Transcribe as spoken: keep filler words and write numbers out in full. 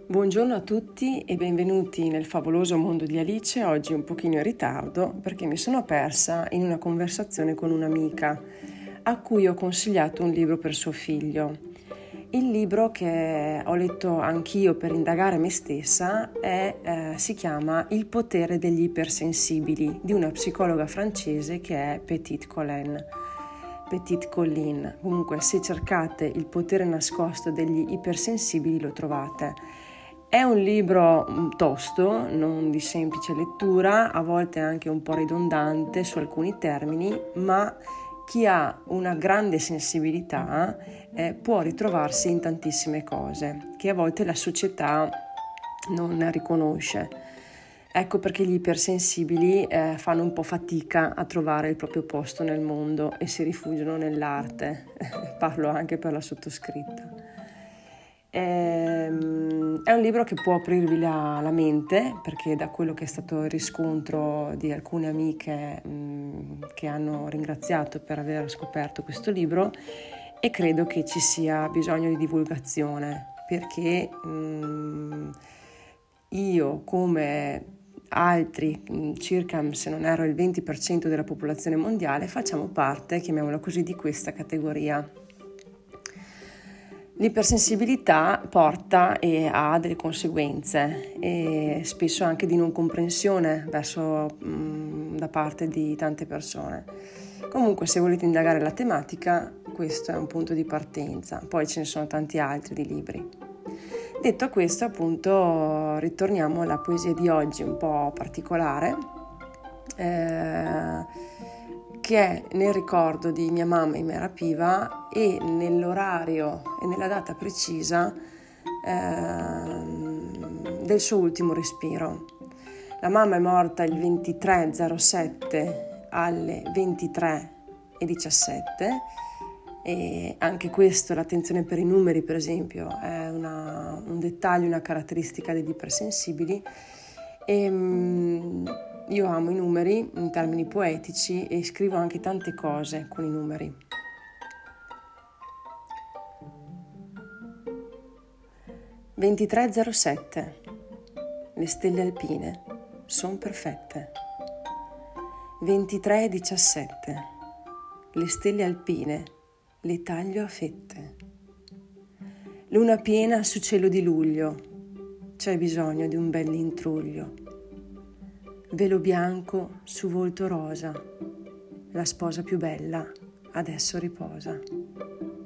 Buongiorno a tutti e benvenuti nel favoloso mondo di Alice, oggi un pochino in ritardo perché mi sono persa in una conversazione con un'amica a cui ho consigliato un libro per suo figlio. Il libro che ho letto anch'io per indagare me stessa è, eh, si chiama Il potere degli ipersensibili di una psicologa francese che è Petit Collin. Petit Collin. Comunque se cercate Il potere nascosto degli ipersensibili lo trovate. È un libro tosto, non di semplice lettura, a volte anche un po' ridondante su alcuni termini, ma chi ha una grande sensibilità eh, può ritrovarsi in tantissime cose che a volte la società non riconosce. Ecco perché gli ipersensibili eh, fanno un po' fatica a trovare il proprio posto nel mondo e si rifugiano nell'arte. Parlo anche per la sottoscritta. Ehm, È un libro che può aprirvi la, la mente, perché da quello che è stato il riscontro di alcune amiche mh, che hanno ringraziato per aver scoperto questo libro, e credo che ci sia bisogno di divulgazione, perché mh, io come altri, circa se non erro il venti per cento della popolazione mondiale, facciamo parte, chiamiamola così, di questa categoria. L'ipersensibilità porta e ha delle conseguenze e spesso anche di non comprensione verso, mh, da parte di tante persone. Comunque, se volete indagare la tematica, questo è un punto di partenza. Poi ce ne sono tanti altri di libri. Detto questo, appunto, ritorniamo alla poesia di oggi, un po' particolare, eh, che è nel ricordo di mia mamma in Merapiva e nell'orario e nella data precisa eh, del suo ultimo respiro. La mamma è morta il ventitré zero sette alle ventitré e diciassette, e anche questo, l'attenzione per i numeri per esempio, è una, un dettaglio, una caratteristica degli ipersensibili. E, mh, io amo i numeri in termini poetici e scrivo anche tante cose con i numeri. ventitré zero sette. Le stelle alpine son perfette. ventitré diciassette. Le stelle alpine le taglio a fette. Luna piena su cielo di luglio, c'è bisogno di un bell'intruglio. Velo bianco su volto rosa, la sposa più bella adesso riposa.